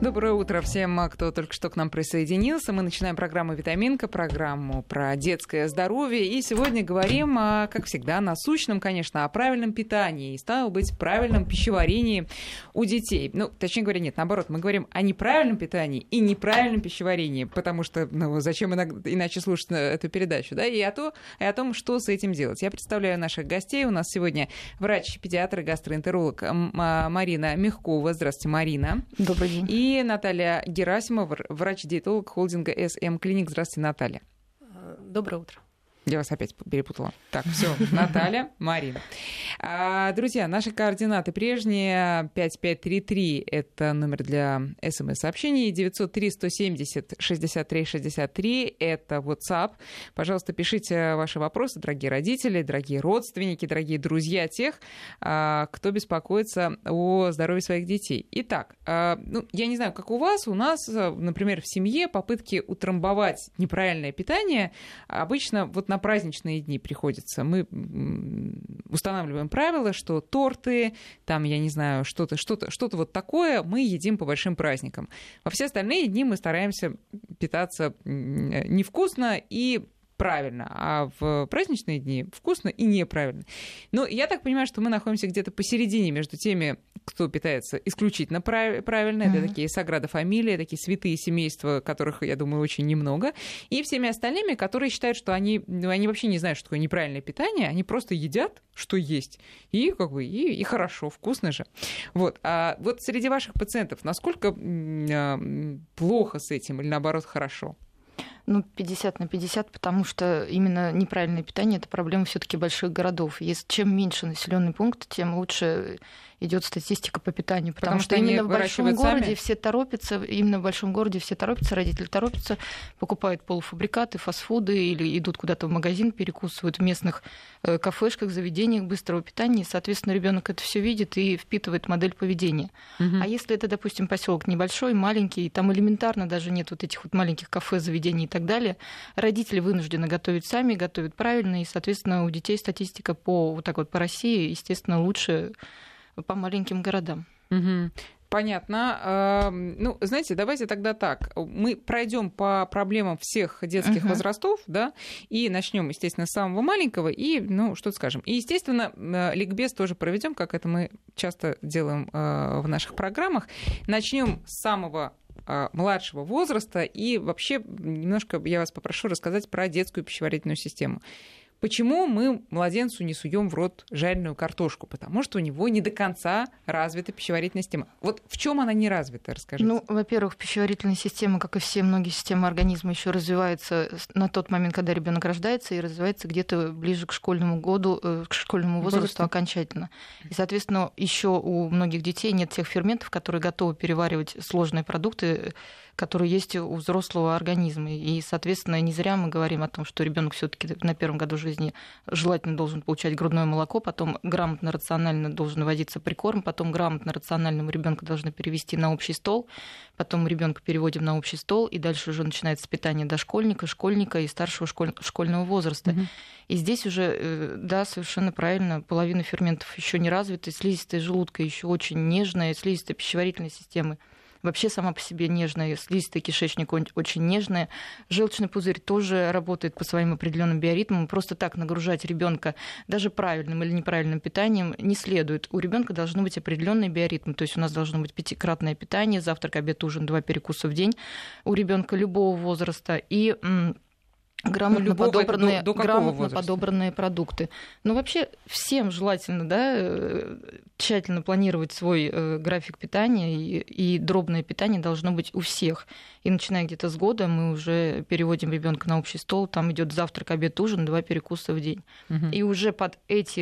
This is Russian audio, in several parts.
Доброе утро всем, кто только что к нам присоединился. Мы начинаем программу «Витаминка», программу про детское здоровье. И сегодня говорим, как всегда, о насущном, конечно, о правильном питании и, стало быть, правильном пищеварении у детей. Ну, точнее говоря, нет, наоборот, мы говорим о неправильном питании и неправильном пищеварении, потому что, зачем иначе слушать эту передачу, да, и о том, что с этим делать. Я представляю наших гостей. У нас сегодня врач-педиатр и гастроэнтеролог Марина Мягкова. Здравствуйте, Марина. Добрый день. И Наталья Герасимова, врач-диетолог холдинга СМ Клиник. Здравствуйте, Наталья. Доброе утро. Я вас опять перепутала. Так, все, Наталья, Марина. Друзья, наши координаты прежние. 5533 — это номер для СМС-сообщений. 903-170-63-63 — это WhatsApp. Пожалуйста, пишите ваши вопросы, дорогие родители, дорогие родственники, дорогие друзья тех, кто беспокоится о здоровье своих детей. Итак, я не знаю, как у вас, например, в семье попытки утрамбовать неправильное питание обычно на праздничные дни приходится. Мы устанавливаем правила, что торты, там, я не знаю, что-то вот такое мы едим по большим праздникам. Во все остальные дни мы стараемся питаться невкусно и правильно, а в праздничные дни вкусно и неправильно. Но я так понимаю, что мы находимся где-то посередине между теми, кто питается исключительно правильно, это такие саграда фамилия, такие святые семейства, которых, я думаю, очень немного, и всеми остальными, которые считают, что они вообще не знают, что такое неправильное питание, они просто едят, что есть, и хорошо, вкусно же. А вот среди ваших пациентов насколько плохо с этим или наоборот хорошо? 50/50, потому что именно неправильное питание — это проблема все-таки больших городов. Чем меньше населенный пункт, тем лучше идет статистика по питанию, потому что именно в большом городе все торопятся, родители торопятся, покупают полуфабрикаты, фастфуды или идут куда-то в магазин, перекусывают в местных кафешках, заведениях быстрого питания, и, соответственно, ребенок это все видит и впитывает модель поведения. А если это, допустим, поселок небольшой, маленький, там элементарно даже нет вот этих вот маленьких кафе, заведений и так далее, родители вынуждены готовить сами, готовят правильно, и, соответственно, у детей статистика по России, естественно, лучше по маленьким городам. Понятно. Знаете, давайте тогда так. Мы пройдем по проблемам всех детских возрастов, да, и начнем, естественно, с самого маленького, и, что-то скажем. И, естественно, ликбез тоже проведем, как это мы часто делаем в наших программах. Начнем с самого младшего возраста, и вообще немножко я вас попрошу рассказать про детскую пищеварительную систему. Почему мы младенцу не суем в рот жареную картошку? Потому что у него не до конца развита пищеварительная система. Вот в чем она не развита, расскажите. Во-первых, пищеварительная система, как и все многие системы организма, еще развивается на тот момент, когда ребенок рождается, и развивается где-то ближе к школьному возрасту окончательно. И, соответственно, еще у многих детей нет тех ферментов, которые готовы переваривать сложные продукты, которые есть у взрослого организма. И, соответственно, не зря мы говорим о том, что ребенок все-таки на первом году жизни желательно должен получать грудное молоко, потом грамотно, рационально должен вводиться прикорм, потом грамотно, рационально мы ребенка должны перевести на общий стол, потом мы ребенка переводим на общий стол, и дальше уже начинается питание дошкольника, школьника и старшего школьного возраста. И здесь уже, да, совершенно правильно, половина ферментов еще не развита, слизистая желудка еще очень нежная, слизистая пищеварительной системы вообще сама по себе нежная, слизистый кишечник очень нежная. Желчный пузырь тоже работает по своим определенным биоритмам. Просто так нагружать ребенка даже правильным или неправильным питанием не следует. У ребенка должны быть определенные биоритмы. То есть у нас должно быть 5-кратное питание, завтрак, обед, ужин, 2 перекуса в день у ребенка любого возраста. И грамотно подобранные продукты. Но вообще всем желательно, да, тщательно планировать свой график питания, и дробное питание должно быть у всех. И начиная где-то с года мы уже переводим ребенка на общий стол, там идет завтрак, обед, ужин, 2 перекуса в день. И уже под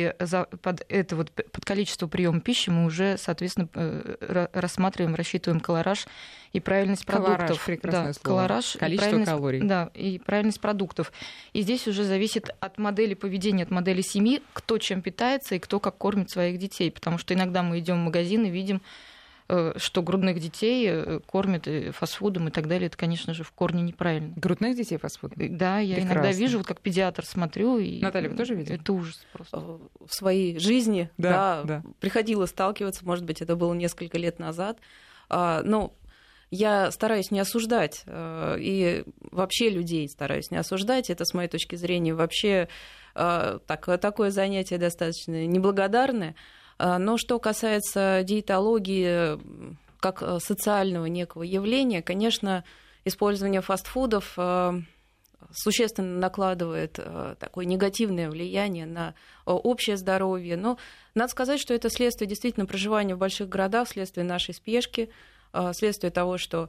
количество приема пищи мы уже, соответственно, рассматриваем, рассчитываем колораж и правильность продуктов. Колораж, количество калорий. Да, и правильность продуктов. И здесь уже зависит от модели поведения, от модели семьи, кто чем питается и кто как кормит своих детей. Потому что иногда мы идем в магазин и видим, что грудных детей кормят фастфудом и так далее. Это, конечно же, в корне неправильно. Грудных детей фастфудом? Да, я Прекрасно. Иногда вижу, вот как педиатр смотрю. И Наталья, вы тоже видите? Это ужас просто. В своей жизни, да, приходилось сталкиваться, может быть, это было несколько лет назад. Но я стараюсь не осуждать, и вообще людей стараюсь не осуждать. Это, с моей точки зрения, вообще такое занятие достаточно неблагодарное. Но что касается диетологии как социального некого явления, конечно, использование фастфудов существенно накладывает такое негативное влияние на общее здоровье. Но надо сказать, что это следствие действительно проживания в больших городах, следствие нашей спешки, следствие того, что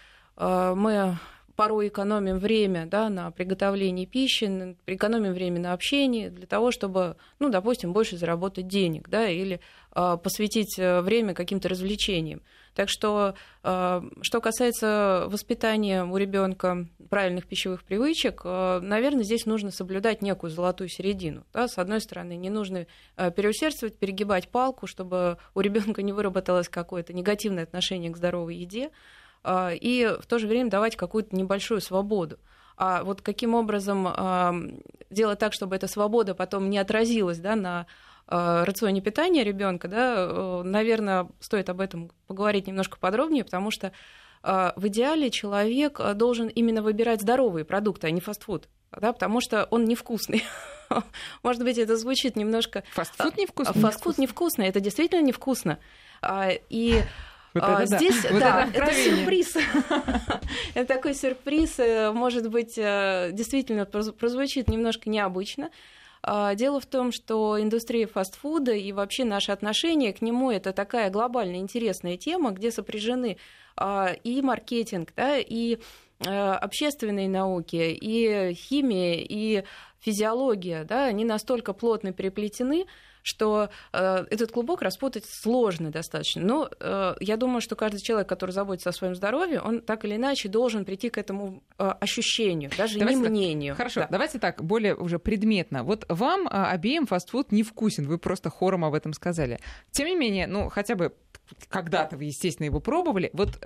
мы порой экономим время, да, на приготовлении пищи, экономим время на общении для того, чтобы, ну, допустим, больше заработать денег, да, или посвятить время каким-то развлечениям. Так что, что касается воспитания у ребенка правильных пищевых привычек, наверное, здесь нужно соблюдать некую золотую середину. Да? С одной стороны, не нужно переусердствовать, перегибать палку, чтобы у ребенка не выработалось какое-то негативное отношение к здоровой еде, и в то же время давать какую-то небольшую свободу. А вот каким образом делать так, чтобы эта свобода потом не отразилась, да, на рационе питания ребенка, да, наверное, стоит об этом поговорить немножко подробнее, потому что в идеале человек должен именно выбирать здоровые продукты, а не фастфуд, да, потому что он невкусный. Может быть, это звучит немножко... Фастфуд невкусный? Фастфуд невкусный, это действительно невкусно. И здесь, да, это сюрприз. Это такой сюрприз, может быть, действительно прозвучит немножко необычно. Дело в том, что индустрия фастфуда и вообще наше отношение к нему — это такая глобальная интересная тема, где сопряжены и маркетинг, да, и общественные науки, и химия, и физиология, да, они настолько плотно переплетены, что этот клубок распутать сложно достаточно. Но я думаю, что каждый человек, который заботится о своем здоровье, он так или иначе должен прийти к этому ощущению, даже не мнению. Хорошо, да. Давайте так, более уже предметно. Вот вам обеим фастфуд невкусен, вы просто хором об этом сказали. Тем не менее, ну, хотя бы когда-то вы, естественно, его пробовали. Вот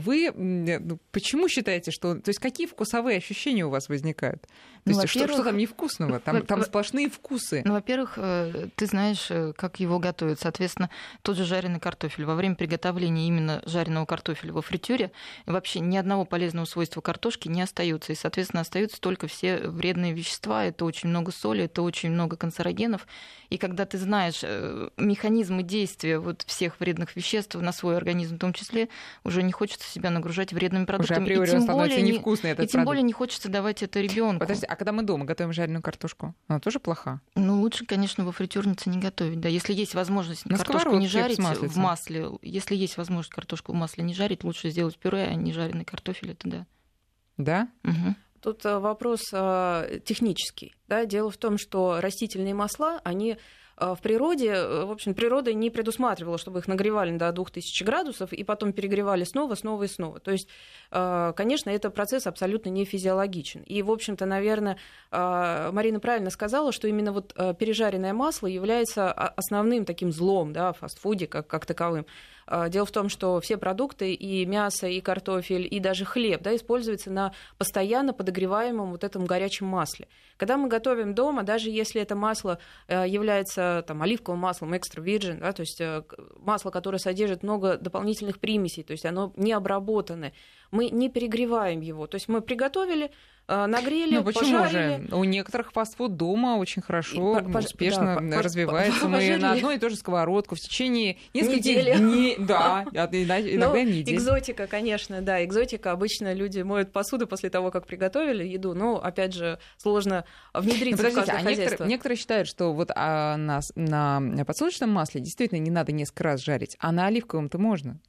вы почему считаете, что... То есть какие вкусовые ощущения у вас возникают? То есть что там невкусного? Там сплошные вкусы. Ну, во-первых, ты знаешь, как его готовят. Соответственно, тот же жареный картофель. Во время приготовления именно жареного картофеля во фритюре вообще ни одного полезного свойства картошки не остается. И, соответственно, остаются только все вредные вещества. Это очень много соли, это очень много канцерогенов. И когда ты знаешь механизмы действия вот всех вредных веществ на свой организм, в том числе, уже не хочется себя нагружать вредными продуктами. Уже априори он становится невкусный, этот продукт. И тем более не хочется давать это ребенку. Подожди, а когда мы дома готовим жареную картошку, она тоже плоха? Ну, лучше, конечно, во фритюрнице не готовить. Да, если есть возможность картошку не жарить в масле, если есть возможность картошку в масле не жарить, лучше сделать пюре, а не жареный картофель, это да. Да? Угу. Тут вопрос технический. Да? Дело в том, что растительные масла, они в природе, в общем, природа не предусматривала, чтобы их нагревали до 2000 градусов и потом перегревали снова и снова. То есть, конечно, это процесс абсолютно не физиологичен. И, в общем-то, наверное, Марина правильно сказала, что именно вот пережаренное масло является основным таким злом, да, в фастфуде как таковым. Дело в том, что все продукты, и мясо, и картофель, и даже хлеб, да, используются на постоянно подогреваемом вот этом горячем масле. Когда мы готовим дома, даже если это масло является там, оливковым маслом extra virgin, да, то есть масло, которое содержит много дополнительных примесей, то есть оно не обработанное, мы не перегреваем его. То есть мы приготовили, нагрели, почему пожарили. Же? У некоторых фастфуд дома очень хорошо, успешно развивается. Мы на одной и той же сковородку в течение нескольких дней. Да, иногда недель. Экзотика, конечно, да. Экзотика. Обычно люди моют посуду после того, как приготовили еду. Но, опять же, сложно внедриться в каждое хозяйство. Некоторые считают, что вот на подсолнечном масле действительно не надо несколько раз жарить, а на оливковом-то можно.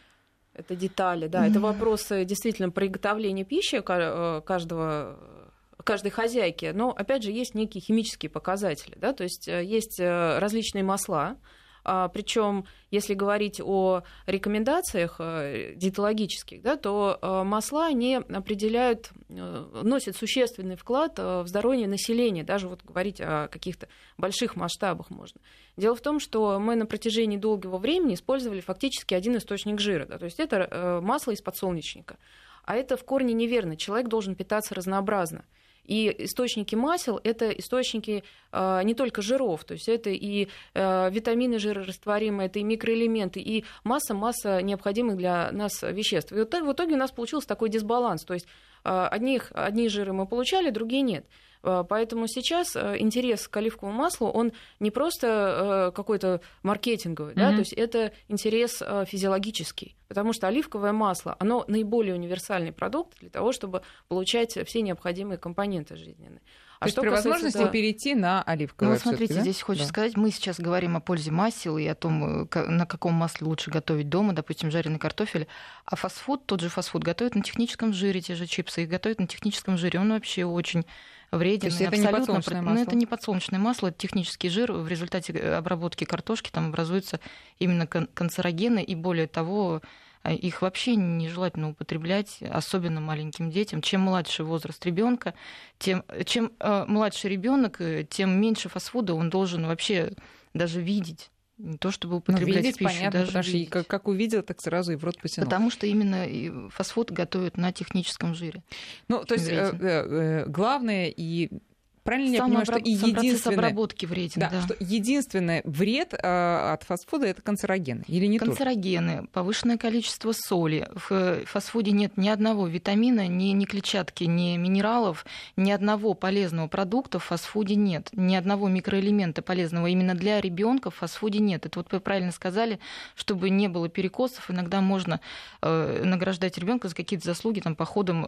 Это детали, да. Это вопросы действительно приготовления пищи каждой хозяйки. Но, опять же, есть некие химические показатели. Да? То есть есть различные масла. Причем, если говорить о рекомендациях диетологических, да, то масла они определяют, носят существенный вклад в здоровье населения, даже вот говорить о каких-то больших масштабах можно. Дело в том, что мы на протяжении долгого времени использовали фактически один источник жира, да, то есть это масло из подсолнечника. А это в корне неверно. Человек должен питаться разнообразно. И источники масел – это источники не только жиров, то есть это и витамины жирорастворимые, это и микроэлементы, и масса необходимых для нас веществ. И вот в итоге у нас получился такой дисбаланс, то есть одни жиры мы получали, другие нет. Поэтому сейчас интерес к оливковому маслу, он не просто какой-то маркетинговый, да, то есть это интерес физиологический, потому что оливковое масло, оно наиболее универсальный продукт для того, чтобы получать все необходимые компоненты жизненные. То есть при возможности перейти на оливковое. Ну, вот смотрите, да? Здесь хочется сказать, мы сейчас говорим о пользе масел и о том, на каком масле лучше готовить дома, допустим, жареный картофель, а фастфуд, тот же фастфуд готовят на техническом жире, те же чипсы, их готовят на техническом жире, он вообще очень вреден. То есть это не подсолнечное масло? Ну, это не подсолнечное масло, это технический жир. В результате обработки картошки там образуются именно канцерогены, и более того, их вообще нежелательно употреблять, особенно маленьким детям. Чем младше возраст ребенка, чем младше ребенок, тем меньше фастфуда он должен вообще даже видеть. Не то чтобы употреблять видеть, пищу, понятно, даже потому что видеть. Как увидел, так сразу и в рот потянул. Потому что именно фастфуд готовят на техническом жире. Ну, то есть главное и... Правильно я понимаю, что и процесс обработки вреден. Да, что единственный вред от фастфуда – это канцерогены, или не канцерогены, только? Повышенное количество соли. В фастфуде нет ни одного витамина, ни клетчатки, ни минералов, ни одного полезного продукта в фастфуде нет. Ни одного микроэлемента полезного именно для ребенка в фастфуде нет. Это вот вы правильно сказали, чтобы не было перекосов. Иногда можно награждать ребенка за какие-то заслуги, там, походом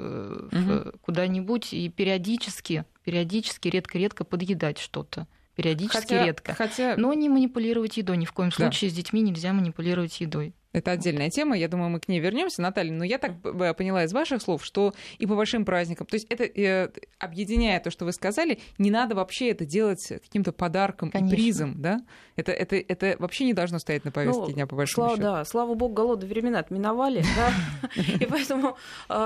куда-нибудь и периодически, редко-редко подъедать что-то. Редко. Но не манипулировать едой. Ни в коем случае с детьми нельзя манипулировать едой. Это отдельная тема, я думаю, мы к ней вернемся, Наталья. Но я так поняла из ваших слов, что и по большим праздникам, то есть это, объединяя то, что вы сказали, не надо вообще это делать каким-то подарком и призом, да? Это вообще не должно стоять на повестке дня, по большому счету. Да, слава богу, голодные времена отминовали, да, и поэтому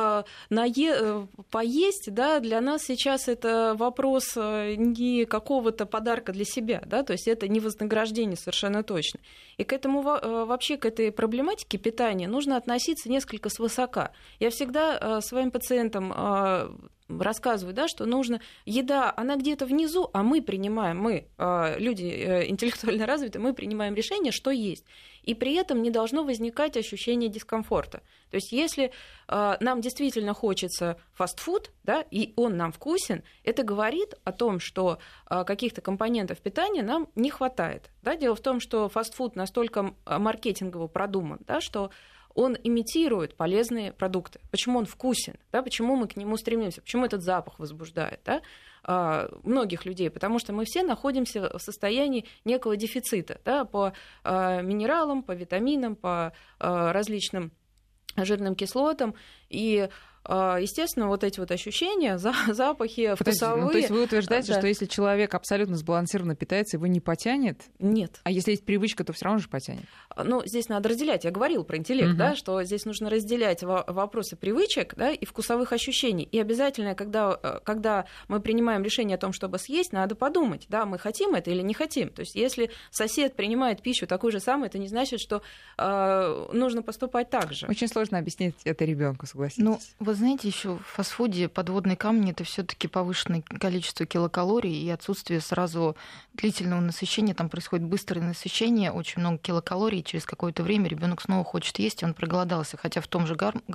поесть, да, для нас сейчас это вопрос не какого-то подарка для себя, да, то есть это не вознаграждение совершенно точно. И к этому вообще к этой проблематике питания нужно относиться несколько свысока. Я всегда своим пациентам рассказываю, да, что нужно еда, она где-то внизу, а мы люди интеллектуально развитые, мы принимаем решение, что есть. И при этом не должно возникать ощущение дискомфорта. То есть если нам действительно хочется фастфуд, да, и он нам вкусен, это говорит о том, что каких-то компонентов питания нам не хватает. Да? Дело в том, что фастфуд настолько маркетингово продуман, да, что он имитирует полезные продукты. Почему он вкусен? Да? Почему мы к нему стремимся? Почему этот запах возбуждает, да? Многих людей? Потому что мы все находимся в состоянии некого дефицита, да? По минералам, по витаминам, по различным жирным кислотам. И естественно, вот эти вот ощущения, запахи, вкусовые... Ну, то есть вы утверждаете, что если человек абсолютно сбалансированно питается, его не потянет? Нет. А если есть привычка, то все равно же потянет? Ну, здесь надо разделять. Я говорила про интеллект, да, что здесь нужно разделять вопросы привычек, да, и вкусовых ощущений. И обязательно, когда мы принимаем решение о том, чтобы съесть, надо подумать, да, мы хотим это или не хотим. То есть если сосед принимает пищу такой же самой, это не значит, что нужно поступать так же. Очень сложно объяснить это ребенку, согласитесь. Ну, вы знаете, еще в фастфуде подводный камень — это все-таки повышенное количество килокалорий и отсутствие сразу длительного насыщения. Там происходит быстрое насыщение, очень много килокалорий, и через какое-то время ребенок снова хочет есть, и он проголодался. Хотя в том же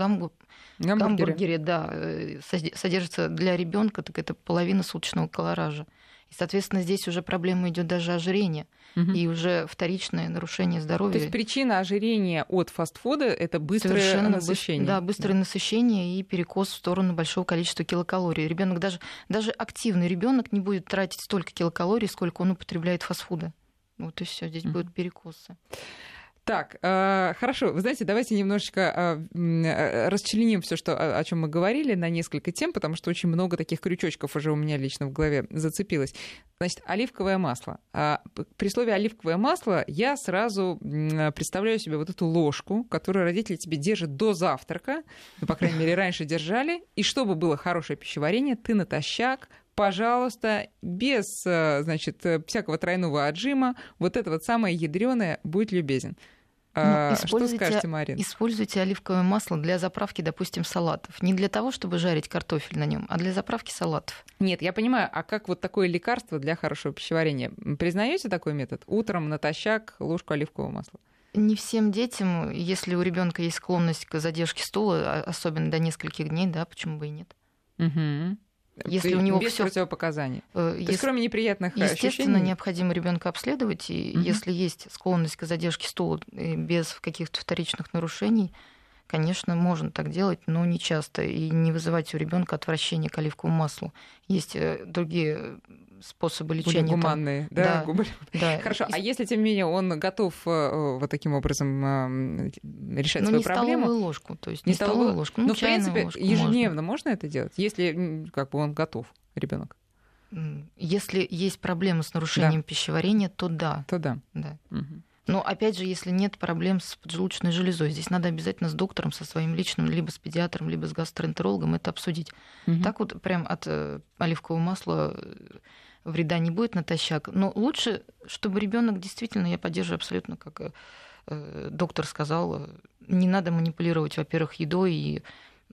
гамбургере, да, содержится для ребенка, так это половина суточного колоража. И, соответственно, здесь уже проблема идет даже ожирения и уже вторичное нарушение здоровья. То есть причина ожирения от фастфуда — это быстрое насыщение. Да, быстрое насыщение и перекос в сторону большого количества килокалорий. Ребенок даже активный ребенок не будет тратить столько килокалорий, сколько он употребляет фастфуда. Вот и все, здесь будут перекосы. Так, хорошо. Вы знаете, давайте немножечко расчленим все, о чем мы говорили, на несколько тем, потому что очень много таких крючочков уже у меня лично в голове зацепилось. Значит, оливковое масло. При слове оливковое масло я сразу представляю себе вот эту ложку, которую родители тебе держат до завтрака, ну, по крайней мере, раньше держали, и чтобы было хорошее пищеварение, ты натощак, пожалуйста, без, значит, всякого тройного отжима, вот это вот самое ядрёное, будь любезен. Что скажете, Марина? Используйте оливковое масло для заправки, допустим, салатов. Не для того, чтобы жарить картофель на нем, а для заправки салатов. Нет, я понимаю, а как вот такое лекарство для хорошего пищеварения? Признаете такой метод? Утром натощак ложку оливкового масла? Не всем детям, если у ребенка есть склонность к задержке стула, особенно до нескольких дней, да, почему бы и нет. Угу. Если у него без всё... противопоказаний. То есть, кроме неприятных естественно, ощущений... необходимо ребенка обследовать, и если есть склонность к задержке стула без каких-то вторичных нарушений, конечно, можно так делать, но не часто, и не вызывать у ребенка отвращение к оливковому маслу. Есть другие способы лечения. Более гуманные, да? Да. Хорошо, а если, тем не менее, он готов вот таким образом решать свою проблему? Не столовую ложку, то есть не столовую ложку, но, в принципе, ежедневно можно это делать, если как бы он готов, ребенок? Если есть проблемы с нарушением пищеварения, то да. Да. Угу. Но, опять же, если нет проблем с поджелудочной железой, здесь надо обязательно с доктором, со своим личным, либо с педиатром, либо с гастроэнтерологом это обсудить. Так вот прям от оливкового масла вреда не будет натощак. Но лучше, чтобы ребенок действительно, я поддерживаю абсолютно, как доктор сказал, не надо манипулировать, во-первых, едой, и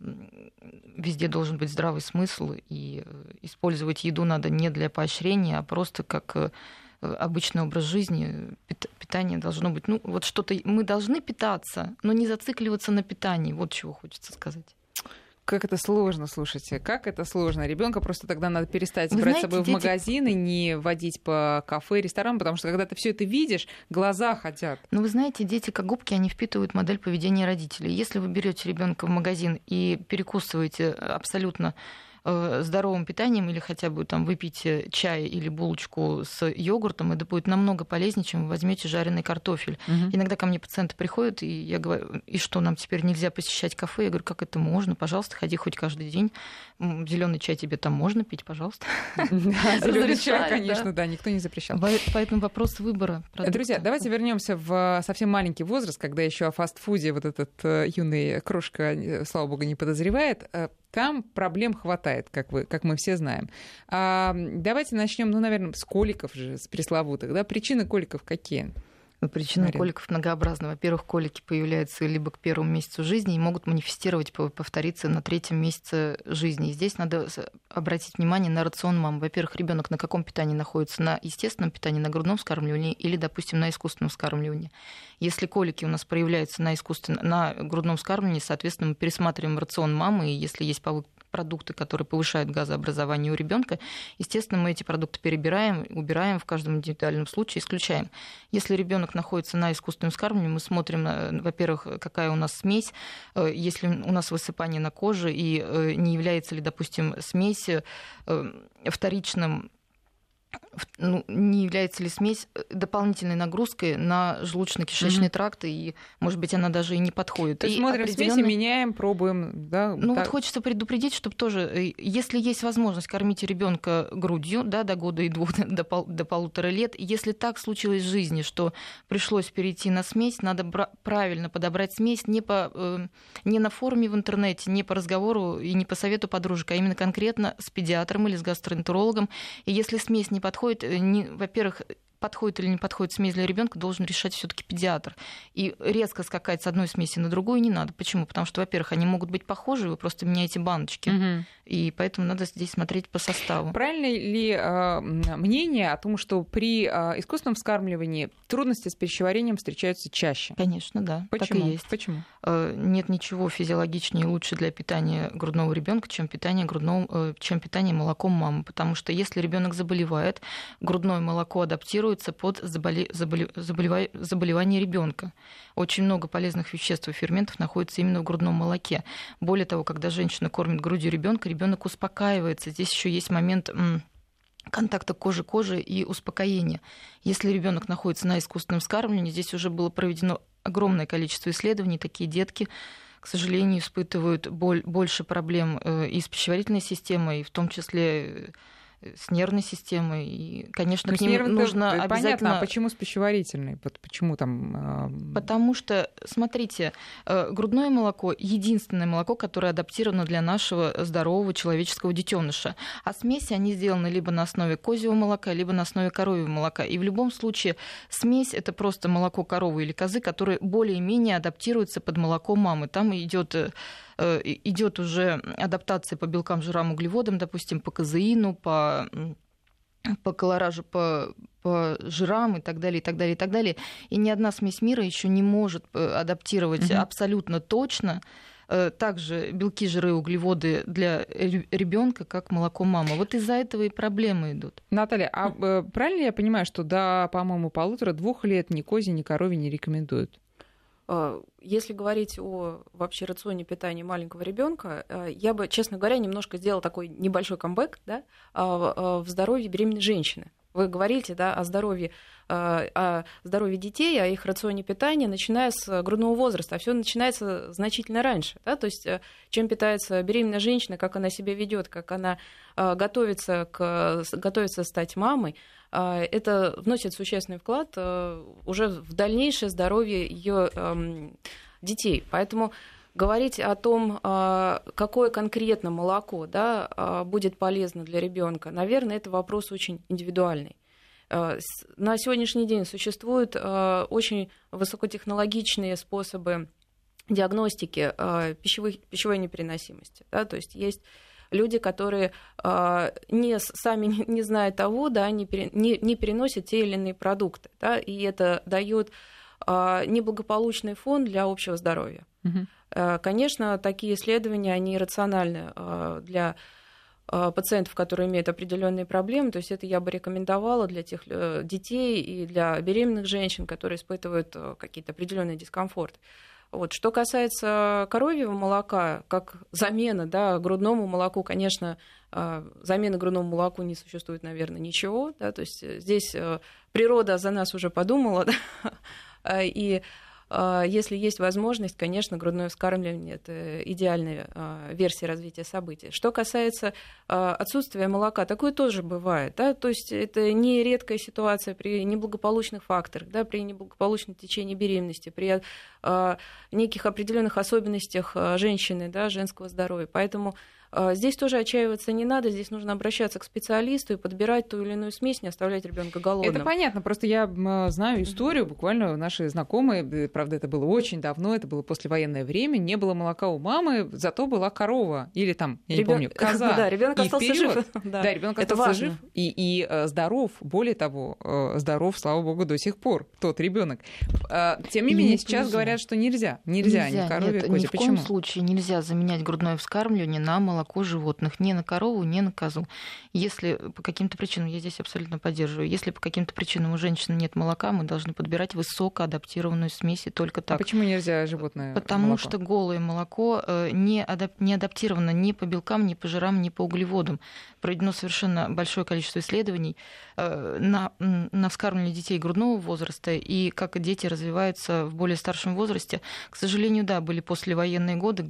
везде должен быть здравый смысл, и использовать еду надо не для поощрения, а просто как обычный образ жизни. Питание должно быть, вот что-то, мы должны питаться, но не зацикливаться на питании, вот чего хочется сказать. Как это сложно, слушайте, как это сложно. Ребенка просто тогда надо перестать брать с собой в магазин и не водить по кафе, ресторанам, потому что когда ты все это видишь, глаза хотят. Ну, вы знаете, дети как губки, они впитывают модель поведения родителей. Если вы берете ребенка в магазин и перекусываете абсолютно здоровым питанием или хотя бы там выпейте чай или булочку с йогуртом, это будет намного полезнее, чем вы возьмете жареный картофель. Иногда ко мне пациенты приходят, и я говорю, и что, нам теперь нельзя посещать кафе? Я говорю, как это можно? Пожалуйста, ходи хоть каждый день. Зеленый чай тебе там можно пить, пожалуйста. Зеленый чай, конечно, да, никто не запрещал. Поэтому вопрос выбора продукта. Друзья, давайте вернемся в совсем маленький возраст, когда еще о фастфуде вот этот юный крошка, слава богу, не подозревает. Там проблем хватает, как мы все знаем. Давайте начнем, наверное, с коликов же, с пресловутых. Да? Причины коликов какие? Причины коликов многообразны. Во-первых, колики появляются либо к первому месяцу жизни и могут манифестировать, повториться на 3-м месяце жизни. И здесь надо обратить внимание на рацион мамы. Во-первых, ребенок на каком питании находится? На естественном питании, на грудном вскармливании или, допустим, на искусственном вскармливании. Если колики у нас проявляются на грудном вскармливании, соответственно, мы пересматриваем рацион мамы, и если есть продукты, которые повышают газообразование у ребенка, естественно, мы эти продукты перебираем, убираем в каждом индивидуальном случае, исключаем. Если ребенок находится на искусственном вскармливании, мы смотрим, во-первых, какая у нас смесь, если у нас высыпание на коже, и не является ли, допустим, смесь вторичным, не является ли смесь дополнительной нагрузкой на желудочно-кишечный тракт, и, может быть, она даже и не подходит. То есть смотрим смеси, меняем, пробуем. Да, вот хочется предупредить, чтобы тоже, если есть возможность кормить ребенка грудью, да, до года и 2, до 1,5 лет, если так случилось в жизни, что пришлось перейти на смесь, надо правильно подобрать смесь не на форуме в интернете, не по разговору и не по совету подружек, а именно конкретно с педиатром или с гастроэнтерологом. И если смесь не подходит, во-первых, подходит или не подходит смесь для ребенка, должен решать все-таки педиатр. И резко скакать с одной смеси на другую не надо. Почему? Потому что, во-первых, они могут быть похожи, вы просто меняете баночки. И поэтому надо здесь смотреть по составу. Правильно ли мнение о том, что при искусственном вскармливании трудности с пищеварением встречаются чаще? Конечно, да. Почему? Так и есть. Почему? Нет ничего физиологичнее и лучше для питания грудного ребенка, чем питание молоком мамы. Потому что если ребенок заболевает, грудное молоко адаптируется под заболевание ребенка. Очень много полезных веществ и ферментов находится именно в грудном молоке. Более того, когда женщина кормит грудью ребенка, ребенок успокаивается. Здесь еще есть момент контакта кожи к коже и успокоения. Если ребенок находится на искусственном вскармливании, здесь уже было проведено огромное количество исследований. Такие детки, к сожалению, испытывают больше проблем и с пищеварительной системой, и в том числе с нервной системой. И, конечно, к ним нужно обязательно... Понятно, а почему с пищеварительной? Почему там... Потому что, смотрите, грудное молоко — единственное молоко, которое адаптировано для нашего здорового человеческого детеныша. А смеси, они сделаны либо на основе козьего молока, либо на основе коровьего молока. И в любом случае смесь — это просто молоко коровы или козы, которое более-менее адаптируется под молоко мамы. Там идет уже адаптация по белкам, жирам, углеводам, допустим, по казеину, по колоражу, по жирам и так далее, и так далее, и так далее. И ни одна смесь мира еще не может адаптировать абсолютно точно также белки, жиры, углеводы для ребенка, как молоко мамы. Вот из-за этого и проблемы идут. Наталья, а правильно я понимаю, что до, по-моему, 1,5-2 лет ни козе, ни корове не рекомендуют? Если говорить о вообще рационе питания маленького ребенка, я бы, честно говоря, немножко сделала такой небольшой камбэк, да, в здоровье беременной женщины. Вы говорите, да, о здоровье детей, о их рационе питания, начиная с грудного возраста, а все начинается значительно раньше. Да? То есть чем питается беременная женщина, как она себя ведет, как она готовится стать мамой, это вносит существенный вклад уже в дальнейшее здоровье ее детей. Поэтому говорить о том, какое конкретно молоко, да, будет полезно для ребенка, наверное, это вопрос очень индивидуальный. На сегодняшний день существуют очень высокотехнологичные способы диагностики пищевой непереносимости. Да, то есть есть люди, которые сами не зная того, да, не переносят те или иные продукты. Да, и это дает неблагополучный фон для общего здоровья. Конечно, такие исследования, они рациональны для пациентов, которые имеют определенные проблемы. То есть это я бы рекомендовала для тех детей и для беременных женщин, которые испытывают какие-то определенные дискомфорты. Вот. Что касается коровьего молока, как замена, да, грудному молоку, конечно, замены грудному молоку не существует, наверное, ничего. Да, то есть здесь природа за нас уже подумала, да, и если есть возможность, конечно, грудное вскармливание – это идеальная версия развития событий. Что касается отсутствия молока, такое тоже бывает. Да? То есть это не редкая ситуация при неблагополучных факторах, да, при неблагополучном течении беременности, при неких определенных особенностях женщины, да, женского здоровья. Поэтому здесь тоже отчаиваться не надо, здесь нужно обращаться к специалисту и подбирать ту или иную смесь, не оставлять ребенка голодным. Это понятно, просто я знаю историю, буквально наши знакомые, правда, это было очень давно, это было послевоенное время, не было молока у мамы, зато была корова, или там, я не помню, коза. Да, ребенок остался жив. Да, ребенок остался жив и здоров, более того, здоров, слава богу, до сих пор, тот ребенок. Тем не менее, сейчас говорят, что нельзя ни корове, козе. Ни в коем случае нельзя заменять грудное вскармливание на молоко животных, ни на корову, ни на козу. Если по каким-то причинам, я здесь абсолютно поддерживаю, если по каким-то причинам у женщины нет молока, мы должны подбирать высокоадаптированную смесь и только так. А почему нельзя животное Потому молоко? Что голое молоко не адаптировано ни по белкам, ни по жирам, ни по углеводам. Проведено совершенно большое количество исследований на вскармливание детей грудного возраста и как дети развиваются в более старшем возрасте. К сожалению, да, были послевоенные годы,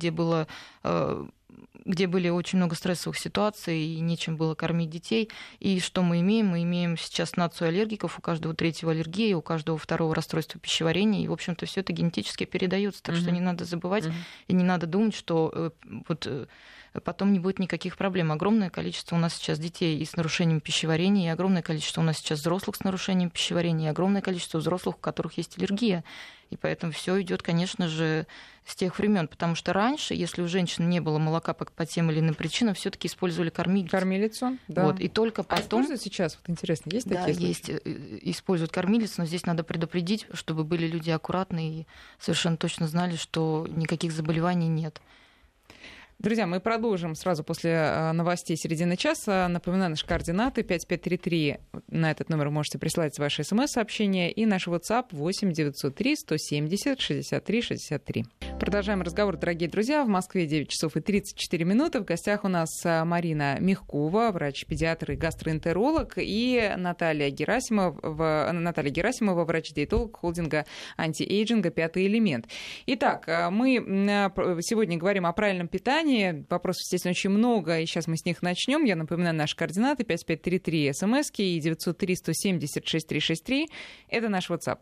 где были очень много стрессовых ситуаций и нечем было кормить детей. И что мы имеем? Мы имеем сейчас нацию аллергиков, у каждого третьего аллергия, у каждого второго расстройства пищеварения. И, в общем-то, все это генетически передается. Так что не надо забывать и не надо думать, что потом не будет никаких проблем. Огромное количество у нас сейчас детей и с нарушением пищеварения, и огромное количество у нас сейчас взрослых с нарушением пищеварения, и огромное количество взрослых, у которых есть аллергия. И поэтому все идет, конечно же, с тех времен. Потому что раньше, если у женщины не было молока по тем или иным причинам, все-таки использовали кормилицу. Кормилицу, да. Вот, и только потом... используют сейчас? Вот интересно, есть такие случаи? Да, есть. Используют кормилицу, но здесь надо предупредить, чтобы были люди аккуратные и совершенно точно знали, что никаких заболеваний нет. Друзья, мы продолжим сразу после новостей середины часа. Напоминаю, наши координаты 5533. На этот номер вы можете присылать ваши смс-сообщения. И наш WhatsApp 8 903 170 63 63. Продолжаем разговор, дорогие друзья. В Москве 9 часов и 34 минуты. В гостях у нас Марина Мягкова, врач-педиатр и гастроэнтеролог, и Наталья Герасимова, врач-диетолог холдинга антиэйджинга «Пятый элемент». Итак, мы сегодня говорим о правильном питании, внимание. Вопросов, естественно, очень много, и сейчас мы с них начнем. Я напоминаю, наши координаты 5533 СМСки и 903-170-6363. Это наш WhatsApp.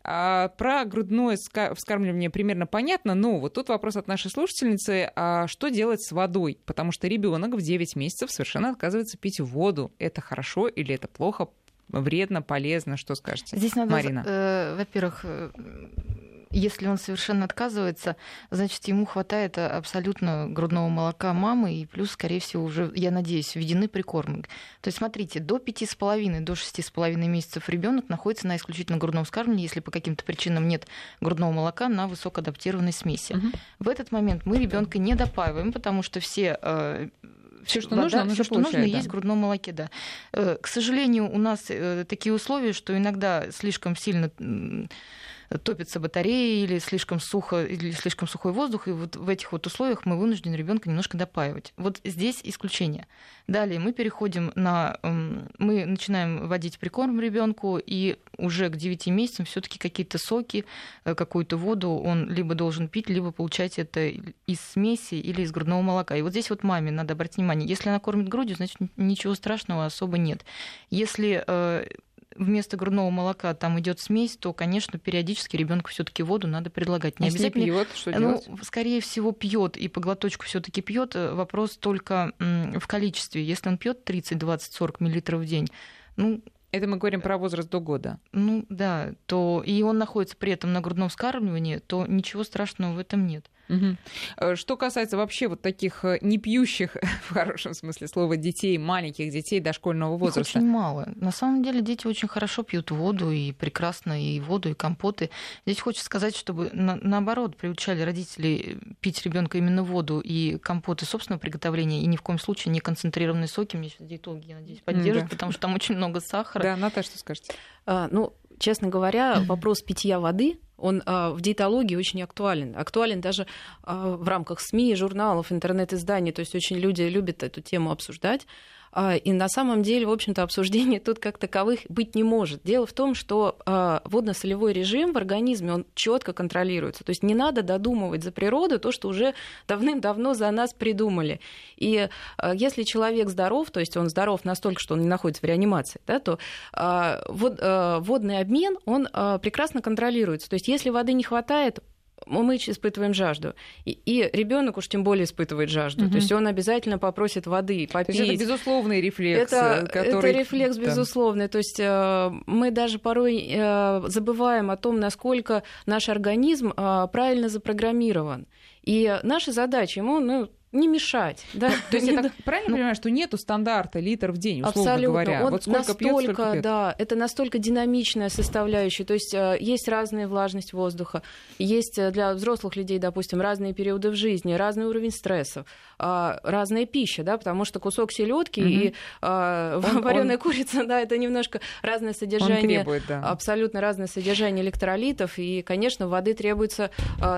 Про грудное вскармливание примерно понятно, но вот тут вопрос от нашей слушательницы. Что делать с водой? Потому что ребенок в 9 месяцев совершенно отказывается пить воду. Это хорошо или это плохо, вредно, полезно? Что скажете, здесь надо, Марина? Во-первых, если он совершенно отказывается, значит, ему хватает абсолютно грудного молока мамы, и плюс, скорее всего, уже, я надеюсь, введены прикормы. То есть, смотрите, до 5,5, до 6,5 месяцев ребенок находится на исключительно грудном вскармливании, если по каким-то причинам нет грудного молока на высокоадаптированной смеси. В этот момент мы ребенка не допаиваем, потому что все, что нужно, есть в грудном молоке, да. К сожалению, у нас такие условия, что иногда слишком сильно топятся батареи или слишком сухо, или слишком сухой воздух, и вот в этих вот условиях мы вынуждены ребенка немножко допаивать. Вот здесь исключение. Далее мы переходим мы начинаем вводить прикорм ребенку, и уже к 9 месяцам все-таки какие-то соки, какую-то воду он либо должен пить, либо получать это из смеси или из грудного молока. И вот здесь вот маме надо обратить внимание, если она кормит грудью, значит, ничего страшного особо нет. Если вместо грудного молока там идет смесь, то, конечно, периодически ребенку все-таки воду надо предлагать. Не обязательно пьет, что делать? Скорее всего, пьет и по глоточку все-таки пьет. Вопрос только в количестве. Если он пьет 30, 20, 40 миллилитров в день, это мы говорим про возраст до года. Да, то и он находится при этом на грудном вскармливании, то ничего страшного в этом нет. Что касается вообще вот таких непьющих, в хорошем смысле слова, детей, маленьких детей дошкольного возраста. Их очень мало. На самом деле дети очень хорошо пьют воду, и прекрасно и воду, и компоты. Здесь хочется сказать, чтобы наоборот приучали родителей пить ребенка именно воду и компоты собственного приготовления, и ни в коем случае не концентрированные соки. Мне сейчас диетологи, я надеюсь, поддержат, потому что там очень много сахара. Да, Наташа, что скажете? Честно говоря, вопрос питья воды, он в диетологии очень актуален. Актуален даже в рамках СМИ, журналов, интернет-изданий. То есть очень люди любят эту тему обсуждать. И на самом деле, в общем-то, обсуждений тут как таковых быть не может. Дело в том, что водно-солевой режим в организме, он четко контролируется. То есть не надо додумывать за природу то, что уже давным-давно за нас придумали. И если человек здоров, то есть он здоров настолько, что он не находится в реанимации, да, то водный обмен, он прекрасно контролируется. То есть если воды не хватает, мы испытываем жажду. И ребенок уж тем более испытывает жажду. То есть он обязательно попросит воды, попить. То есть это безусловный рефлекс. Это рефлекс безусловный. То есть мы даже порой забываем о том, насколько наш организм правильно запрограммирован. И наша задача ему не мешать. Да? То есть я так правильно понимаю, что нету стандарта литр в день, условно абсолютно. говоря? Он вот сколько пьет, столько пьет. Да, это настолько динамичная составляющая. То есть есть разная влажность воздуха, есть для взрослых людей, допустим, разные периоды в жизни, разный уровень стресса, разная пища, да, потому что кусок селедки и вареная курица, да, это немножко разное содержание, абсолютно разное содержание электролитов, и, конечно, воды требуется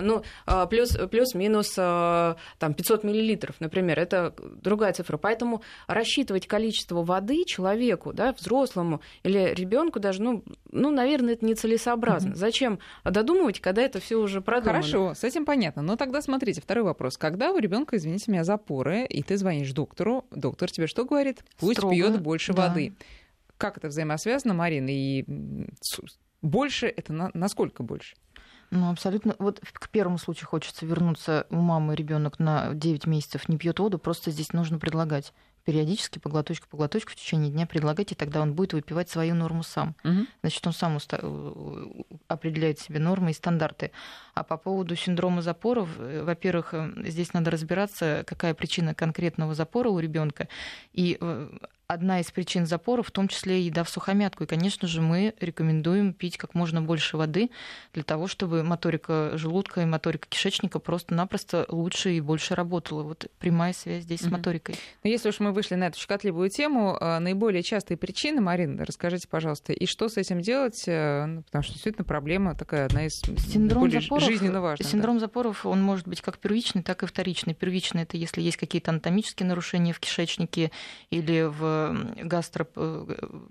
плюс-минус 500 мл, например, это другая цифра. Поэтому рассчитывать количество воды человеку, да, взрослому или ребенку даже, наверное, это нецелесообразно. Зачем додумывать, когда это все уже продумано? Хорошо, с этим понятно. Но тогда смотрите, второй вопрос. Когда у ребенка, извините меня, запоры, и ты звонишь доктору, доктор тебе что говорит? Пусть пьет больше воды. Как это взаимосвязано, Марина? И больше это насколько больше? Абсолютно. Вот к первому случаю хочется вернуться. У мамы ребенок на 9 месяцев не пьет воду, просто здесь нужно предлагать периодически по глоточку в течение дня предлагать, и тогда он будет выпивать свою норму сам. Значит, он сам определяет себе нормы и стандарты. А по поводу синдрома запоров, во-первых, здесь надо разбираться, какая причина конкретного запора у ребенка. И одна из причин запора, в том числе еда в сухомятку. И, конечно же, мы рекомендуем пить как можно больше воды для того, чтобы моторика желудка и моторика кишечника просто-напросто лучше и больше работала. Вот прямая связь здесь с моторикой. Но если уж мы вышли на эту щекотливую тему, наиболее частые причины, Марина, расскажите, пожалуйста, и что с этим делать? Потому что действительно проблема такая, одна из более жизненно важных. Синдром запоров, он может быть как первичный, так и вторичный. Первичный — это если есть какие-то анатомические нарушения в кишечнике или в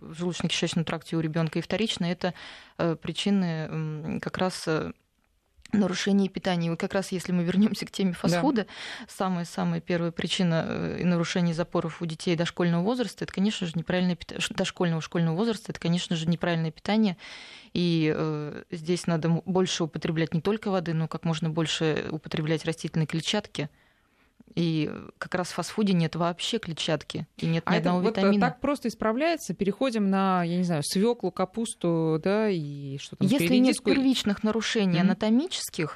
желудочно-кишечном тракте у ребенка, и вторично это причины как раз нарушение питания. И вот как раз если мы вернемся к теме фастфуда, самая первая причина нарушения запоров у детей дошкольного возраста, это, конечно же, неправильное питание, школьного возраста, это, конечно же, неправильное питание. И здесь надо больше употреблять не только воды, но как можно больше употреблять растительной клетчатки. И как раз в фастфуде нет вообще клетчатки, и нет ни одного витамина. Вот так просто исправляется? Переходим на, я не знаю, свеклу, капусту, да, и что там? Если нет первичных нарушений анатомических,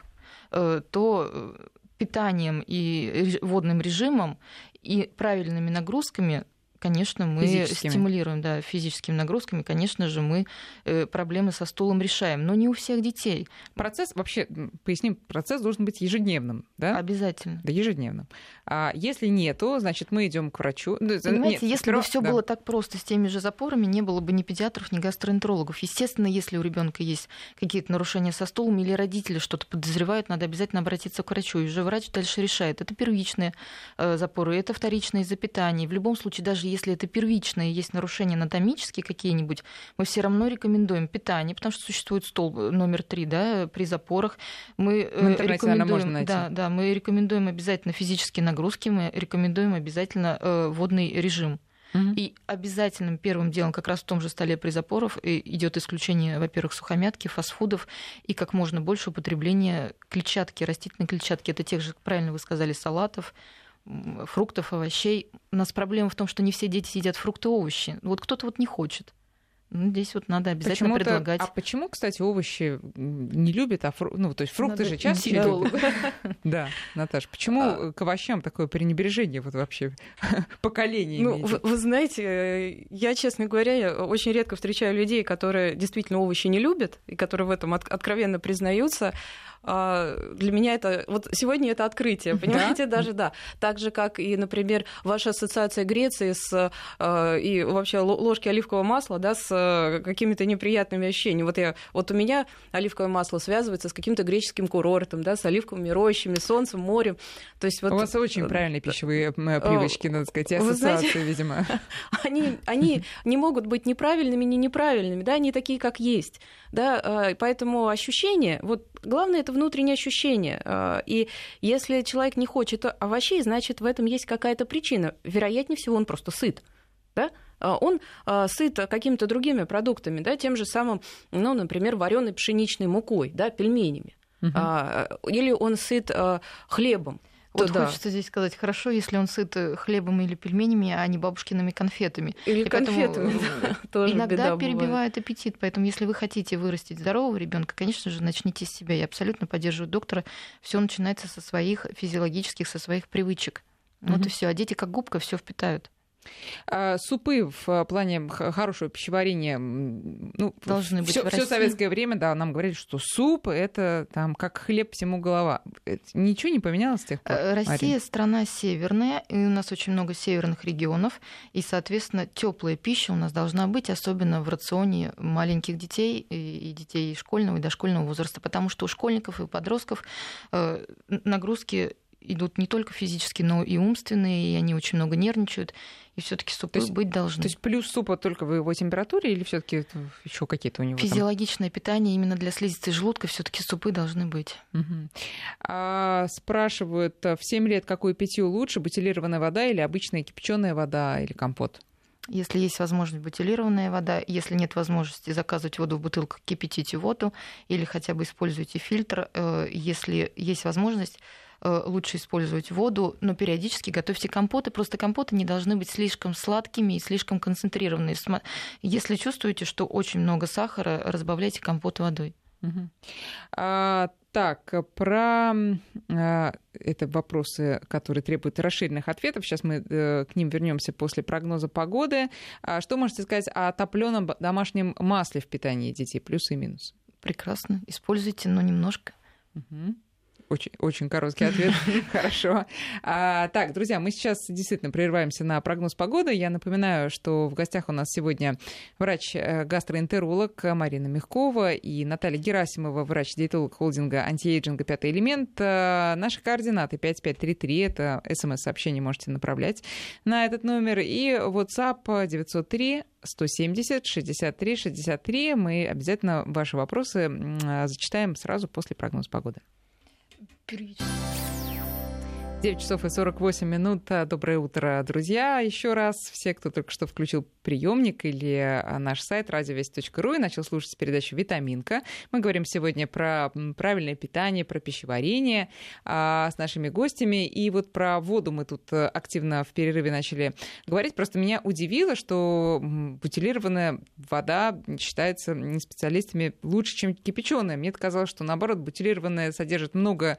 то питанием и водным режимом и правильными нагрузками, конечно, мы стимулируем, физическими нагрузками, конечно же, мы проблемы со стулом решаем, но не у всех детей. Процесс, вообще, поясним, процесс должен быть ежедневным, да? Обязательно. Да, ежедневным. А если нету, значит, мы идем к врачу. Понимаете, если бы все было так просто с теми же запорами, не было бы ни педиатров, ни гастроэнтерологов. Естественно, если у ребенка есть какие-то нарушения со стулом или родители что-то подозревают, надо обязательно обратиться к врачу. И уже врач дальше решает, это первичные запоры, это вторичные из-за питания. В любом случае, даже если это первичные, есть нарушения анатомические какие-нибудь, мы все равно рекомендуем питание, потому что существует стол номер 3, да, при запорах. Мы рекомендуем, можно найти. Да, мы рекомендуем обязательно физические нагрузки, мы рекомендуем обязательно водный режим. И обязательным первым делом как раз в том же столе при запорах идет исключение, во-первых, сухомятки, фастфудов и как можно больше употребления клетчатки, растительной клетчатки. Это тех же, правильно вы сказали, салатов, фруктов, овощей. У нас проблема в том, что не все дети едят фрукты и овощи. Вот кто-то вот не хочет. Здесь вот надо обязательно предлагать. А почему, кстати, овощи не любят, то есть фрукты же часто любят? Да, Наташа, почему к овощам такое пренебрежение вот вообще поколения? Вы знаете, я, честно говоря, очень редко встречаю людей, которые действительно овощи не любят и которые в этом откровенно признаются. Для меня это... Вот сегодня это открытие, понимаете, даже, да. Так же, как и, например, ваша ассоциация Греции и вообще ложки оливкового масла, да, с какими-то неприятными ощущениями. Вот у меня оливковое масло связывается с каким-то греческим курортом, да, с оливковыми рощами, солнцем, морем. То есть вот... У вас очень правильные пищевые привычки, надо сказать, и ассоциации, знаете, видимо. Они не могут быть неправильными, не неправильными, да, они такие, как есть. Да, поэтому ощущения, вот главное это внутреннее ощущение. И если человек не хочет овощей, значит, в этом есть какая-то причина. Вероятнее всего, он просто сыт. Да? Он сыт какими-то другими продуктами, да, тем же самым, например, вареной пшеничной мукой, да, пельменями. Или он сыт хлебом. Вот хочется здесь сказать, хорошо, если он сыт хлебом или пельменями, а не бабушкиными конфетами. Или конфетами, тоже иногда перебивает аппетит. Поэтому, если вы хотите вырастить здорового ребенка, конечно же, начните с себя. Я абсолютно поддерживаю доктора. Все начинается со своих физиологических, со своих привычек. Вот и все. А дети как губка все впитают. Супы в плане хорошего пищеварения, должны быть в России. Всё советское время, да, нам говорили, что суп — это там как хлеб всему голова. Ничего не поменялось с тех пор? Россия страна северная, и у нас очень много северных регионов, и, соответственно, теплая пища у нас должна быть, особенно в рационе маленьких детей и детей школьного и дошкольного возраста, потому что у школьников и у подростков нагрузки идут не только физические, но и умственные, и они очень много нервничают, и все-таки супы быть должны. То есть плюс супа только в его температуре или все-таки еще какие-то у него? Физиологичное питание именно для слизистой желудка, все-таки супы должны быть. Спрашивают, в 7 лет какую питью лучше, бутилированная вода или обычная кипяченая вода или компот? Если есть возможность бутилированная вода, если нет возможности заказывать воду в бутылках, кипятите воду или хотя бы используйте фильтр. Если есть возможность, лучше использовать воду, но периодически готовьте компоты. Просто компоты не должны быть слишком сладкими и слишком концентрированными. Если чувствуете, что очень много сахара, разбавляйте компот водой. Так, про это вопросы, которые требуют расширенных ответов. Сейчас мы к ним вернемся после прогноза погоды. Что можете сказать о топлёном домашнем масле в питании детей? Плюсы и минусы. Прекрасно. Используйте, но немножко. Очень, очень короткий ответ. Хорошо. Так, друзья, мы сейчас действительно прерываемся на прогноз погоды. Я напоминаю, что в гостях у нас сегодня врач-гастроэнтеролог Марина Мягкова и Наталья Герасимова, врач-диетолог холдинга антиэйджинга «Пятый элемент». Наши координаты 5533, это СМС-сообщение можете направлять на этот номер. И WhatsApp 903 170 63 63. Мы обязательно ваши вопросы зачитаем сразу после прогноза погоды. 9 часов и 48 минут. Доброе утро, друзья. Еще раз все, кто только что включил приемник или наш сайт радиовесть.ру и начал слушать передачу «Витаминка». Мы говорим сегодня про правильное питание, про пищеварение с нашими гостями. И вот про воду мы тут активно в перерыве начали говорить. Просто меня удивило, что бутилированная вода считается специалистами лучше, чем кипяченая. Мне казалось, что наоборот, бутилированная содержит много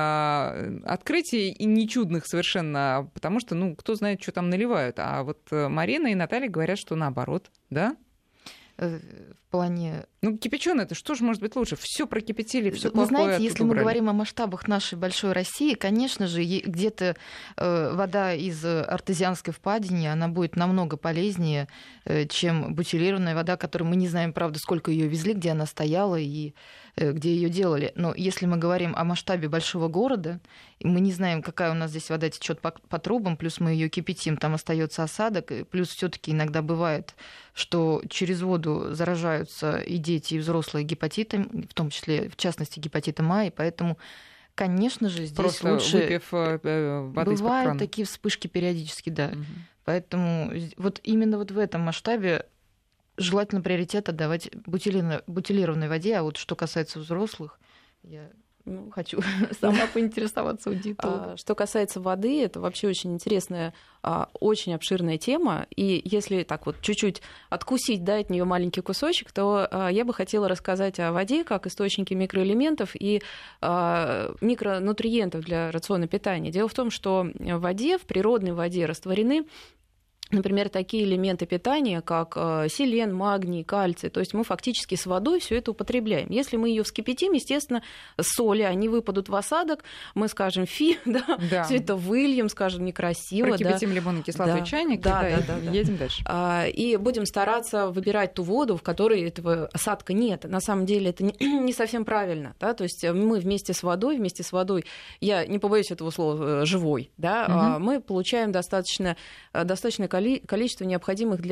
открытий и не чудных совершенно, потому что, кто знает, что там наливают. А вот Марина и Наталья говорят, что наоборот, да? В плане... Кипяченое, это что же может быть лучше? Все прокипятили, все плохое. Вы знаете, если мы убрали. говорим о масштабах нашей большой России, конечно же, где-то вода из артезианской впадины, она будет намного полезнее, чем бутилированная вода, которую мы не знаем, правда, сколько ее везли, где она стояла и где ее делали. Но если мы говорим о масштабе большого города, и мы не знаем, какая у нас здесь вода течет по трубам, плюс мы ее кипятим, там остается осадок, плюс все-таки иногда бывает, что через воду заражаются и дети, и взрослые гепатитом, в том числе, в частности, гепатитом А, и поэтому, конечно же, здесь просто лучше... выпив воды из-под крана. Бывают такие вспышки периодически, да. Угу. Поэтому вот именно вот в этом масштабе желательно приоритет отдавать бутилированной воде, а вот что касается взрослых, я хочу сама поинтересоваться у диетолога. Что касается воды, это вообще очень интересная, очень обширная тема, и если так вот чуть-чуть откусить, дать от нее маленький кусочек, то я бы хотела рассказать о воде как источнике микроэлементов и микронутриентов для рациона питания. Дело в том, что в воде, в природной воде растворены, например, такие элементы питания, как селен, магний, кальций. То есть мы фактически с водой все это употребляем. Если мы ее вскипятим, естественно, соли, они выпадут в осадок, мы скажем да. Все это выльем, скажем, некрасиво. Прокипятим лимонный кислотный чайник, и едем дальше. И будем стараться выбирать ту воду, в которой этого осадка нет. На самом деле это не совсем правильно. Да? То есть мы вместе с водой, я не побоюсь этого слова, живой, да, мы получаем достаточное количество необходимых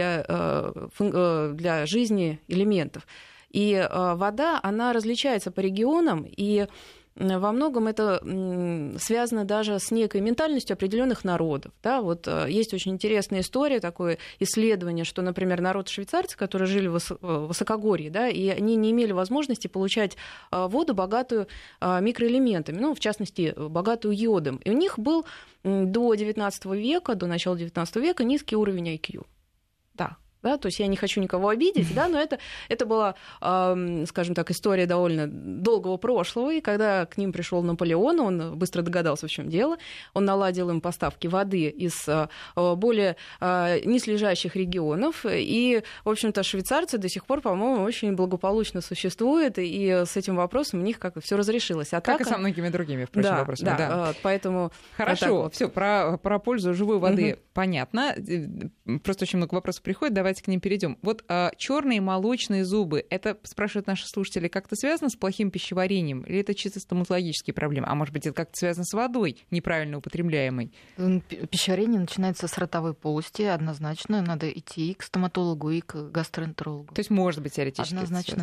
для жизни элементов. И вода, она различается по регионам, и во многом это связано даже с некой ментальностью определенных народов. Да? Вот есть очень интересная история, такое исследование, что, например, народ швейцарцы, которые жили в высокогорье, да, и они не имели возможности получать воду, богатую микроэлементами, в частности, богатую йодом. И у них был до начала XIX века низкий уровень IQ. Да, то есть я не хочу никого обидеть, да, но это была, скажем так, история довольно долгого прошлого, и когда к ним пришел Наполеон, он быстро догадался, в чем дело, он наладил им поставки воды из более низлежащих регионов, и, в общем-то, швейцарцы до сих пор, по-моему, очень благополучно существуют, и с этим вопросом у них как-то все разрешилось. Как и со многими другими, впрочем, вопросами. Да, поэтому... Хорошо, все про пользу живой воды понятно, просто очень много вопросов приходит, давайте к ним перейдем. Вот черные молочные зубы, это, спрашивают наши слушатели, как-то связано с плохим пищеварением? Или это чисто стоматологические проблемы? А может быть, это как-то связано с водой, неправильно употребляемой? Пищеварение начинается с ротовой полости, однозначно. Надо идти и к стоматологу, и к гастроэнтерологу. То есть, может быть, теоретически. Однозначно,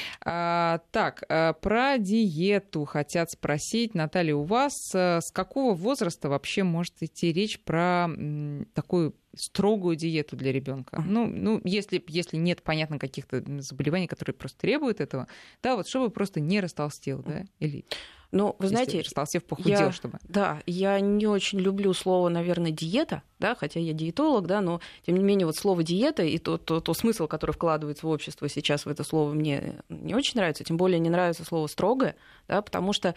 да. Так, про диету хотят спросить. Наталья, у вас с какого возраста вообще может идти речь про такую строгую диету для ребенка? Если нет, понятно, каких-то заболеваний, которые просто требуют этого, да, вот чтобы просто не растолстел, да, или... Ну, вы знаете, растолстев, похудел, чтобы... Да, я не очень люблю слово, наверное, диета, да, хотя я диетолог, да, но, тем не менее, вот слово диета и тот смысл, который вкладывается в общество сейчас в это слово, мне не очень нравится, тем более не нравится слово «строгое», да, потому что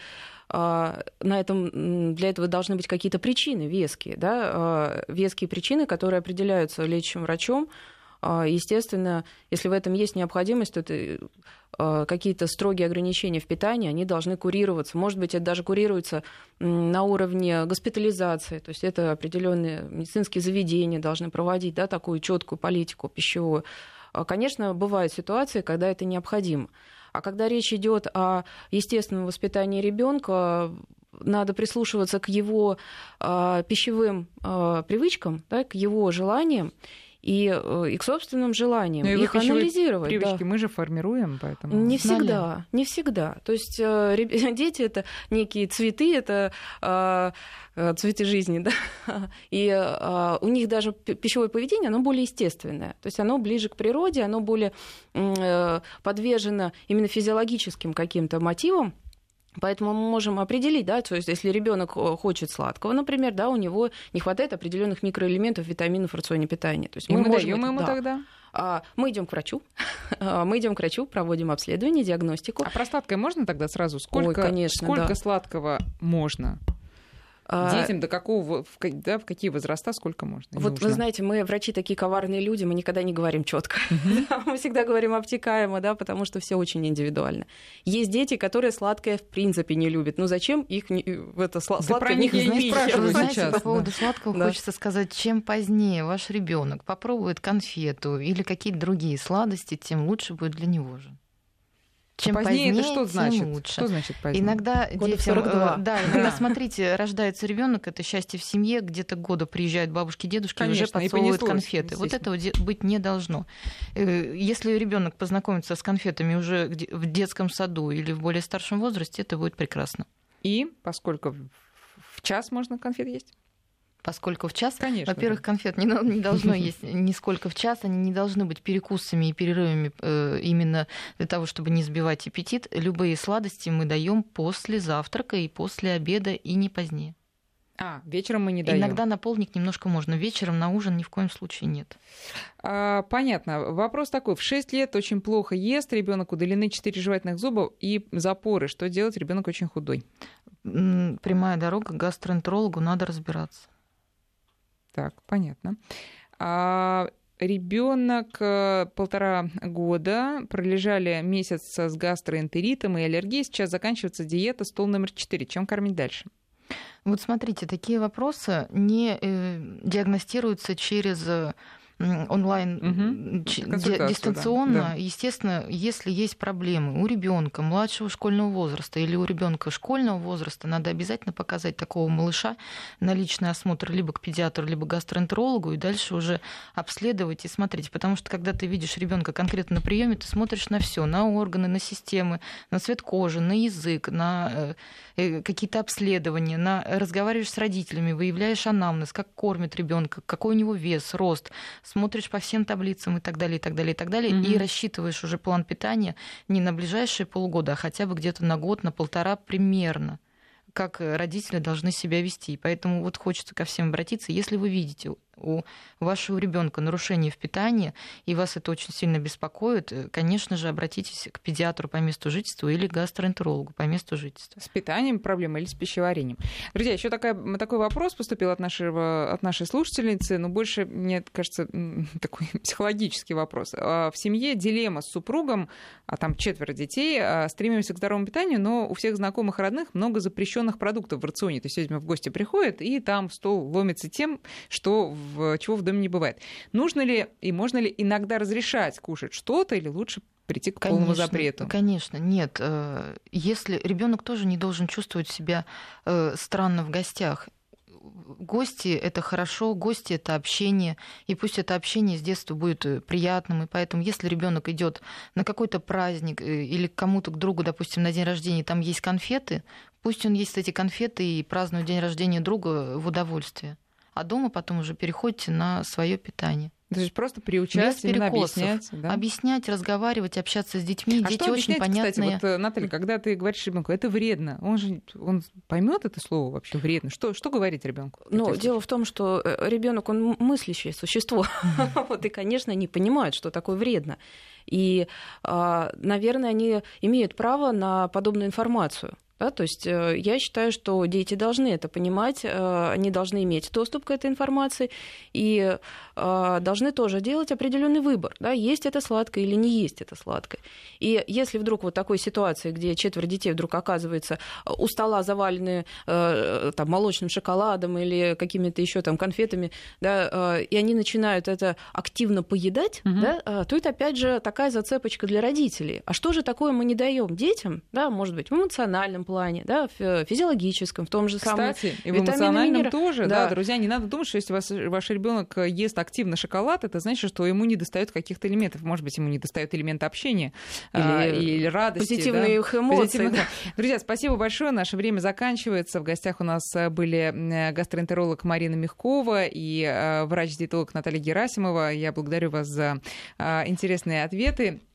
для этого должны быть какие-то причины веские, да, веские причины, которые определяются лечащим врачом, Естественно, если в этом есть необходимость, то это какие-то строгие ограничения в питании, они должны курироваться. Может быть, это даже курируется на уровне госпитализации, то есть это определенные медицинские заведения должны проводить, да, такую четкую политику пищевую. Конечно, бывают ситуации, когда это необходимо. А когда речь идет о естественном воспитании ребенка, надо прислушиваться к его пищевым привычкам, да, к его желаниям и к собственным желаниям, их анализировать. Привычки да. мы же формируем, поэтому... Не всегда. То есть дети — это некие цветы, это цветы жизни, да, и у них даже пищевое поведение, оно более естественное, то есть оно ближе к природе, оно более подвержено именно физиологическим каким-то мотивам. Поэтому мы можем определить, да, то есть если ребенок хочет сладкого, например, да, у него не хватает определенных микроэлементов, витаминов в рационе питания. То есть мы даем ему тогда? Мы идем к врачу, проводим обследование, диагностику. А про сладкое можно тогда сразу? Сколько сладкого можно? Детям до какого, в какие возраста, сколько можно? Вот нужно? Вы знаете, мы, врачи, такие коварные люди, мы никогда не говорим четко. Мы всегда говорим обтекаемо, да, потому что все очень индивидуально. Есть дети, которые сладкое в принципе не любят. Ну зачем их в это сладкое них я не спрашиваю сейчас. По поводу сладкого хочется сказать, чем позднее ваш ребенок попробует конфету или какие-то другие сладости, тем лучше будет для него же. Чем позднее это что значит? Тем лучше. Что значит позднее? Иногда детям 42. Иногда, смотрите, рождается ребенок, это счастье в семье, где-то года приезжают бабушки, дедушки, уже подсовывают конфеты. Вот этого быть не должно. Если ребенок познакомится с конфетами уже в детском саду или в более старшем возрасте, это будет прекрасно. И поскольку в час можно конфет есть? Поскольку в час, конечно, во-первых, конфет не должно есть нисколько в час, они не должны быть перекусами и перерывами именно для того, чтобы не сбивать аппетит. Любые сладости мы даем после завтрака и после обеда, и не позднее. Вечером мы не даем. Иногда на полдник немножко можно, вечером на ужин ни в коем случае нет. Понятно. Вопрос такой. В 6 лет очень плохо ест, ребенок удалены 4 жевательных зуба и запоры. Что делать? Ребенок очень худой. Прямая дорога к гастроэнтерологу, надо разбираться. Так, понятно. Ребенок 1,5 года, пролежали месяц с гастроэнтеритом и аллергией, сейчас заканчивается диета, стол номер 4. Чем кормить дальше? Вот смотрите, такие вопросы не диагностируются через онлайн дистанционно. Да. Естественно, если есть проблемы у ребенка младшего школьного возраста или у ребенка школьного возраста, надо обязательно показать такого малыша на личный осмотр либо к педиатру, либо к гастроэнтерологу, и дальше уже обследовать и смотреть. Потому что когда ты видишь ребенка конкретно на приеме, ты смотришь на все: на органы, на системы, на цвет кожи, на язык, на какие-то обследования, разговариваешь с родителями, выявляешь анамнез, как кормит ребенка, какой у него вес, рост, смотришь по всем таблицам и так далее, и так далее, и так далее, и рассчитываешь уже план питания не на ближайшие полгода, а хотя бы где-то на год, на 1,5 примерно, как родители должны себя вести. Поэтому вот хочется ко всем обратиться. Если вы видите у вашего ребенка нарушение в питании, и вас это очень сильно беспокоит, конечно же, обратитесь к педиатру по месту жительства или к гастроэнтерологу по месту жительства. С питанием проблемы или с пищеварением? Друзья, еще такой вопрос поступил от нашей слушательницы, но больше, мне кажется, такой психологический вопрос. В семье дилемма с супругом, там 4 детей, стремимся к здоровому питанию, но у всех знакомых и родных много запрещенных продуктов в рационе. То есть, видимо, в гости приходят, и там стол ломится тем, чего в доме не бывает. Нужно ли и можно ли иногда разрешать кушать что-то, или лучше прийти к полному запрету? Конечно, нет. Если ребенок тоже не должен чувствовать себя странно в гостях. Гости — это хорошо, гости — это общение, и пусть это общение с детства будет приятным, и поэтому, если ребенок идет на какой-то праздник или к кому-то, к другу, допустим, на день рождения, там есть конфеты, пусть он ест эти конфеты и празднует день рождения друга в удовольствие. А дома потом уже переходите на свое питание. То есть просто приучать, именно объяснять. Да? Объяснять, разговаривать, общаться с детьми. А дети что очень понятные. Кстати, вот, Наталья, когда ты говоришь ребенку, это вредно, он поймет это слово вообще вредно? Что говорить ребенку? Дело в том, что ребенок, он мыслящее существо. И, конечно, они понимают, что такое вредно. И, наверное, они имеют право на подобную информацию. Да, то есть я считаю, что дети должны это понимать, они должны иметь доступ к этой информации и должны тоже делать определенный выбор, да, есть это сладкое или не есть это сладкое. И если вдруг вот такой ситуации, где 4 детей вдруг оказывается у стола завалены там, молочным шоколадом или какими-то еще там конфетами, да, и они начинают это активно поедать, да, то это опять же такая зацепочка для родителей. А что же такое мы не даем детям, да, может быть, в эмоциональном плане, да, в физиологическом, в том же самом. Кстати, и в эмоциональном тоже, да, друзья, не надо думать, что если ваш ребенок ест активно шоколад, это значит, что ему недостает каких-то элементов. Может быть, ему недостает элемента общения или радости. Позитивных, да, эмоций. Да. Друзья, спасибо большое. Наше время заканчивается. В гостях у нас были гастроэнтеролог Марина Мягкова и врач-диетолог Наталья Герасимова. Я благодарю вас за интересные ответы.